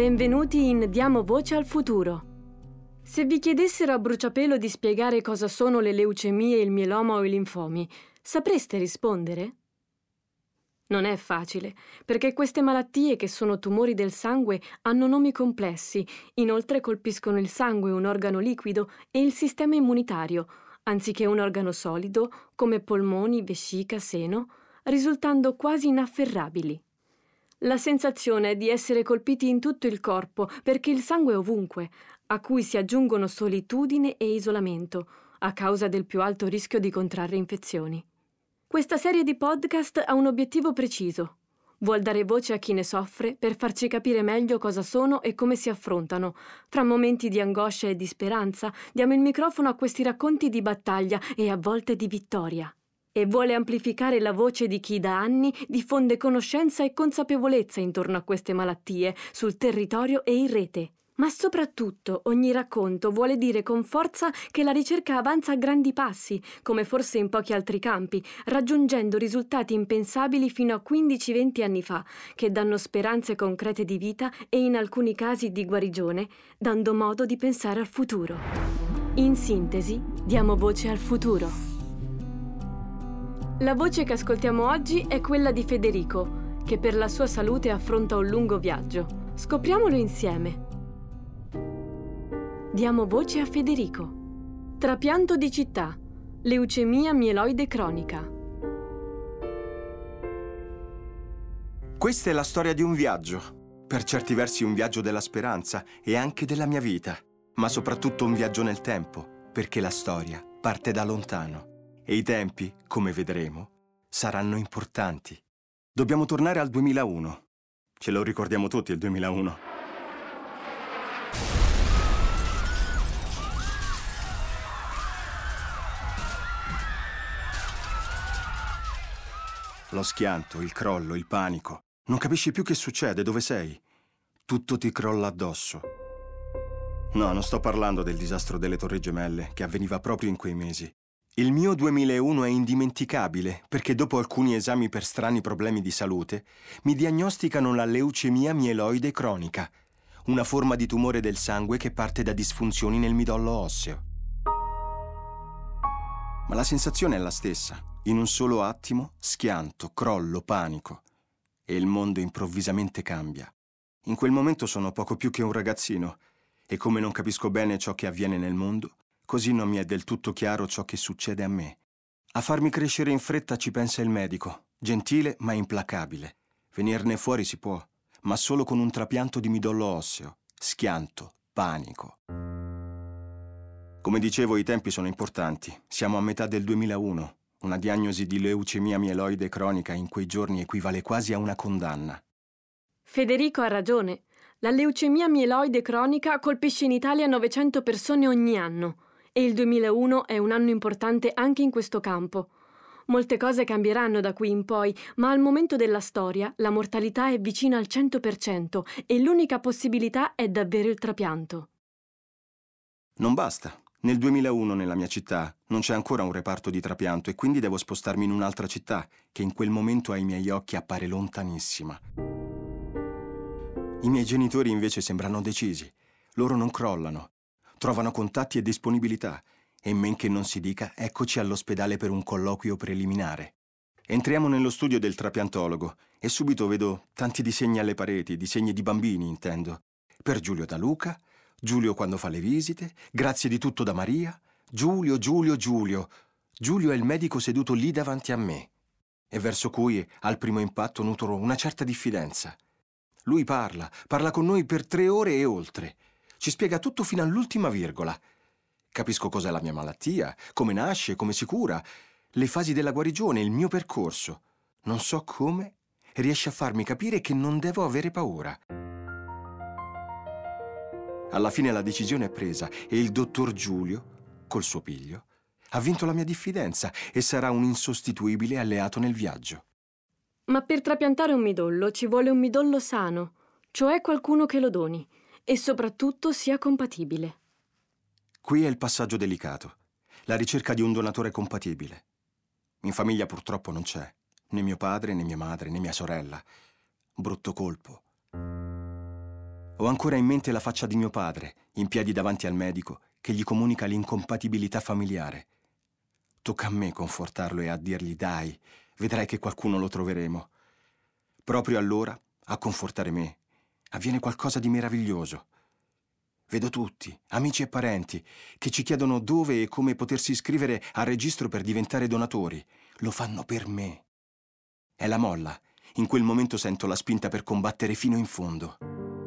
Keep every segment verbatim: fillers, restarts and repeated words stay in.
Benvenuti in Diamo voce al futuro. Se vi chiedessero a bruciapelo di spiegare cosa sono le leucemie, il mieloma o i linfomi, sapreste rispondere? Non è facile, perché queste malattie, che sono tumori del sangue, hanno nomi complessi, inoltre colpiscono il sangue, un organo liquido, e il sistema immunitario, anziché un organo solido, come polmoni, vescica, seno, risultando quasi inafferrabili. La sensazione è di essere colpiti in tutto il corpo, perché il sangue è ovunque, a cui si aggiungono solitudine e isolamento, a causa del più alto rischio di contrarre infezioni. Questa serie di podcast ha un obiettivo preciso. Vuol dare voce a chi ne soffre per farci capire meglio cosa sono e come si affrontano. Fra momenti di angoscia e di speranza, diamo il microfono a questi racconti di battaglia e a volte di vittoria. E vuole amplificare la voce di chi da anni diffonde conoscenza e consapevolezza intorno a queste malattie, sul territorio e in rete. Ma soprattutto ogni racconto vuole dire con forza che la ricerca avanza a grandi passi, come forse in pochi altri campi, raggiungendo risultati impensabili fino a quindici venti anni fa, che danno speranze concrete di vita e in alcuni casi di guarigione, dando modo di pensare al futuro. In sintesi, diamo voce al futuro. La voce che ascoltiamo oggi è quella di Federico, che per la sua salute affronta un lungo viaggio. Scopriamolo insieme. Diamo voce a Federico. Trapianto di città. Leucemia mieloide cronica. Questa è la storia di un viaggio. Per certi versi un viaggio della speranza e anche della mia vita. Ma soprattutto un viaggio nel tempo, perché la storia parte da lontano. E i tempi, come vedremo, saranno importanti. Dobbiamo tornare al duemilauno. Ce lo ricordiamo tutti il duemilauno. Lo schianto, il crollo, il panico. Non capisci più che succede, dove sei. Tutto ti crolla addosso. No, non sto parlando del disastro delle Torri Gemelle, che avveniva proprio in quei mesi. Il mio duemilauno è indimenticabile, perché dopo alcuni esami per strani problemi di salute, mi diagnosticano la leucemia mieloide cronica, una forma di tumore del sangue che parte da disfunzioni nel midollo osseo. Ma la sensazione è la stessa. In un solo attimo, schianto, crollo, panico. E il mondo improvvisamente cambia. In quel momento sono poco più che un ragazzino, e come non capisco bene ciò che avviene nel mondo, così non mi è del tutto chiaro ciò che succede a me. A farmi crescere in fretta ci pensa il medico, gentile ma implacabile. Venirne fuori si può, ma solo con un trapianto di midollo osseo, schianto, panico. Come dicevo, i tempi sono importanti. Siamo a metà del duemilauno. Una diagnosi di leucemia mieloide cronica in quei giorni equivale quasi a una condanna. Federico ha ragione. La leucemia mieloide cronica colpisce in Italia novecento persone ogni anno e il duemilauno è un anno importante anche in questo campo. Molte cose cambieranno da qui in poi, ma al momento della storia la mortalità è vicina al cento per cento e l'unica possibilità è davvero il trapianto. Non basta. Nel duemilauno nella mia città non c'è ancora un reparto di trapianto e quindi devo spostarmi in un'altra città che in quel momento ai miei occhi appare lontanissima. I miei genitori invece sembrano decisi. Loro non crollano. Trovano contatti e disponibilità e men che non si dica eccoci all'ospedale per un colloquio preliminare. Entriamo nello studio del trapiantologo e subito vedo tanti disegni alle pareti, disegni di bambini intendo. Per Giulio da Luca, Giulio quando fa le visite, grazie di tutto da Maria, Giulio, Giulio, Giulio. Giulio è il medico seduto lì davanti a me e verso cui al primo impatto nutro una certa diffidenza. Lui parla, parla con noi per tre ore e oltre. Ci spiega tutto fino all'ultima virgola. Capisco cos'è la mia malattia, come nasce, come si cura, le fasi della guarigione, il mio percorso. Non so come, riesce a farmi capire che non devo avere paura. Alla fine la decisione è presa e il dottor Giulio, col suo piglio, ha vinto la mia diffidenza e sarà un insostituibile alleato nel viaggio. Ma per trapiantare un midollo ci vuole un midollo sano, cioè qualcuno che lo doni, e soprattutto sia compatibile. Qui è il passaggio delicato, la ricerca di un donatore compatibile. In famiglia purtroppo non c'è, né mio padre, né mia madre, né mia sorella. Brutto colpo. Ho ancora in mente la faccia di mio padre, in piedi davanti al medico, che gli comunica l'incompatibilità familiare. Tocca a me confortarlo e a dirgli: dai, vedrai che qualcuno lo troveremo. Proprio allora, a confortare me, avviene qualcosa di meraviglioso. Vedo tutti, amici e parenti, che ci chiedono dove e come potersi iscrivere al registro per diventare donatori. Lo fanno per me. È la molla. In quel momento sento la spinta per combattere fino in fondo.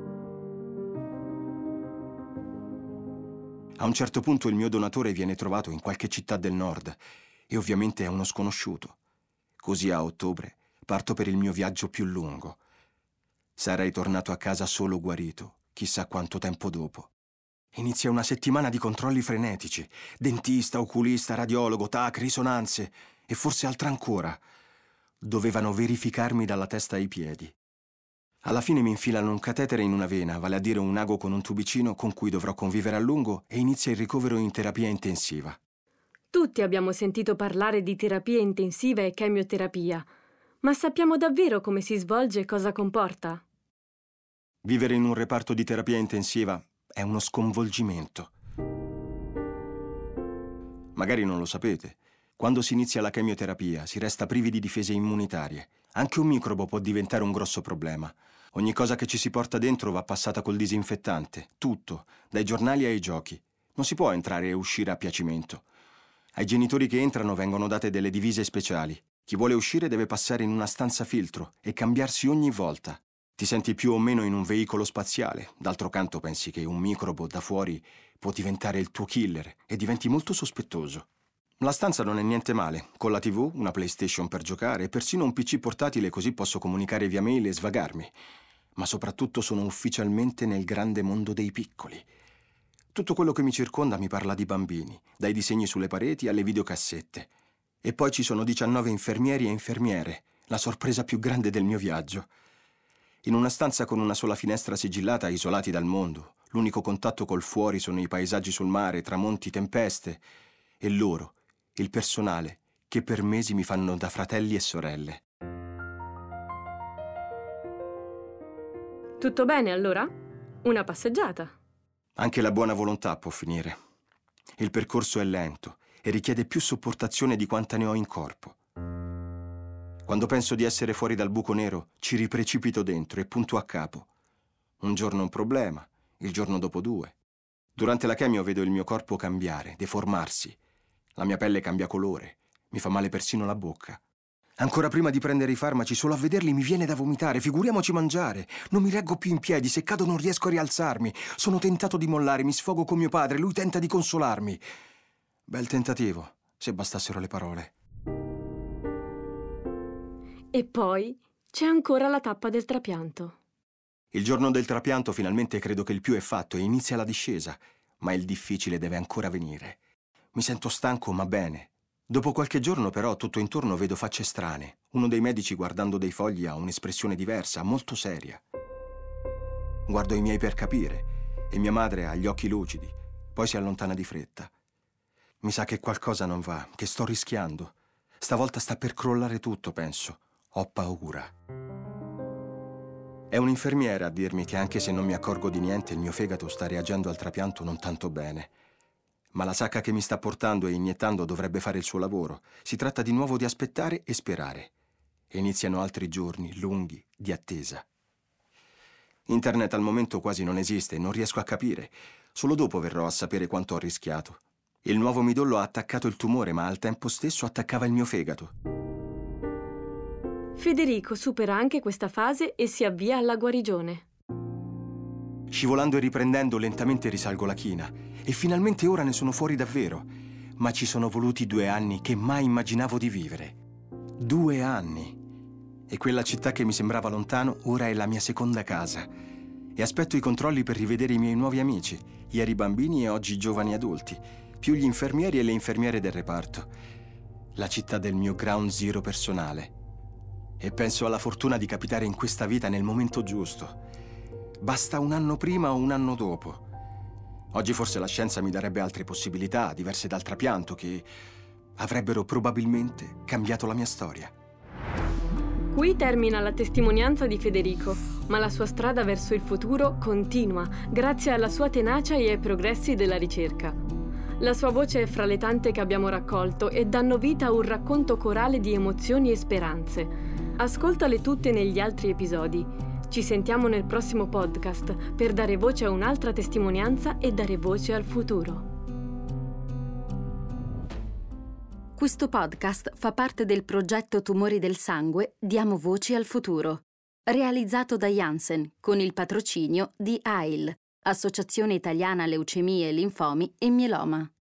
A un certo punto il mio donatore viene trovato in qualche città del nord e ovviamente è uno sconosciuto. Così a ottobre parto per il mio viaggio più lungo. Sarei tornato a casa solo guarito, chissà quanto tempo dopo. Inizia una settimana di controlli frenetici: dentista, oculista, radiologo, T A C, risonanze e forse altra ancora. Dovevano verificarmi dalla testa ai piedi. Alla fine mi infilano un catetere in una vena, vale a dire un ago con un tubicino con cui dovrò convivere a lungo, e inizia il ricovero in terapia intensiva. Tutti abbiamo sentito parlare di terapia intensiva e chemioterapia, ma sappiamo davvero come si svolge e cosa comporta? Vivere in un reparto di terapia intensiva è uno sconvolgimento. Magari non lo sapete. Quando si inizia la chemioterapia si resta privi di difese immunitarie. Anche un microbo può diventare un grosso problema. Ogni cosa che ci si porta dentro va passata col disinfettante. Tutto, dai giornali ai giochi. Non si può entrare e uscire a piacimento. Ai genitori che entrano vengono date delle divise speciali. Chi vuole uscire deve passare in una stanza filtro e cambiarsi ogni volta. Ti senti più o meno in un veicolo spaziale. D'altro canto pensi che un microbo da fuori può diventare il tuo killer e diventi molto sospettoso. La stanza non è niente male, con la tivù, una PlayStation per giocare e persino un P C portatile, così posso comunicare via mail e svagarmi. Ma soprattutto sono ufficialmente nel grande mondo dei piccoli. Tutto quello che mi circonda mi parla di bambini, dai disegni sulle pareti alle videocassette. E poi ci sono diciannove infermieri e infermiere, la sorpresa più grande del mio viaggio. In una stanza con una sola finestra sigillata, isolati dal mondo, l'unico contatto col fuori sono i paesaggi sul mare, tramonti, tempeste, e loro, il personale, che per mesi mi fanno da fratelli e sorelle. Tutto bene allora? Una passeggiata. Anche la buona volontà può finire. Il percorso è lento e richiede più sopportazione di quanta ne ho in corpo. Quando penso di essere fuori dal buco nero, ci riprecipito dentro e punto a capo. Un giorno un problema, il giorno dopo due. Durante la chemio vedo il mio corpo cambiare, deformarsi. La mia pelle cambia colore, mi fa male persino la bocca. Ancora prima di prendere i farmaci, solo a vederli mi viene da vomitare, figuriamoci mangiare. Non mi reggo più in piedi, se cado non riesco a rialzarmi. Sono tentato di mollare, mi sfogo con mio padre, lui tenta di consolarmi. Bel tentativo, se bastassero le parole. E poi c'è ancora la tappa del trapianto. Il giorno del trapianto finalmente credo che il più è fatto e inizia la discesa, ma il difficile deve ancora venire. Mi sento stanco, ma bene. Dopo qualche giorno, però, tutto intorno vedo facce strane. Uno dei medici, guardando dei fogli, ha un'espressione diversa, molto seria. Guardo i miei per capire, e mia madre ha gli occhi lucidi. Poi si allontana di fretta. Mi sa che qualcosa non va, che sto rischiando. Stavolta sta per crollare tutto, penso. Ho paura. È un'infermiera a dirmi che anche se non mi accorgo di niente, il mio fegato sta reagendo al trapianto non tanto bene. Ma la sacca che mi sta portando e iniettando dovrebbe fare il suo lavoro. Si tratta di nuovo di aspettare e sperare. E iniziano altri giorni lunghi di attesa. Internet al momento quasi non esiste e non riesco a capire. Solo dopo verrò a sapere quanto ho rischiato. Il nuovo midollo ha attaccato il tumore, ma al tempo stesso attaccava il mio fegato. Federico supera anche questa fase e si avvia alla guarigione. Scivolando e riprendendo, lentamente risalgo la china e finalmente ora ne sono fuori davvero. Ma ci sono voluti due anni che mai immaginavo di vivere. Due anni. E quella città che mi sembrava lontano ora è la mia seconda casa. E aspetto i controlli per rivedere i miei nuovi amici, ieri bambini e oggi giovani adulti, più gli infermieri e le infermiere del reparto. La città del mio ground zero personale. E penso alla fortuna di capitare in questa vita nel momento giusto. Basta un anno prima o un anno dopo. Oggi forse la scienza mi darebbe altre possibilità, diverse dal trapianto, che avrebbero probabilmente cambiato la mia storia. Qui termina la testimonianza di Federico, ma la sua strada verso il futuro continua grazie alla sua tenacia e ai progressi della ricerca. La sua voce è fra le tante che abbiamo raccolto e danno vita a un racconto corale di emozioni e speranze. Ascoltale tutte negli altri episodi. Ci sentiamo nel prossimo podcast per dare voce a un'altra testimonianza e dare voce al futuro. Questo podcast fa parte del progetto Tumori del Sangue Diamo Voci al Futuro, realizzato da Janssen con il patrocinio di A I L, Associazione Italiana Leucemie e Linfomi e Mieloma.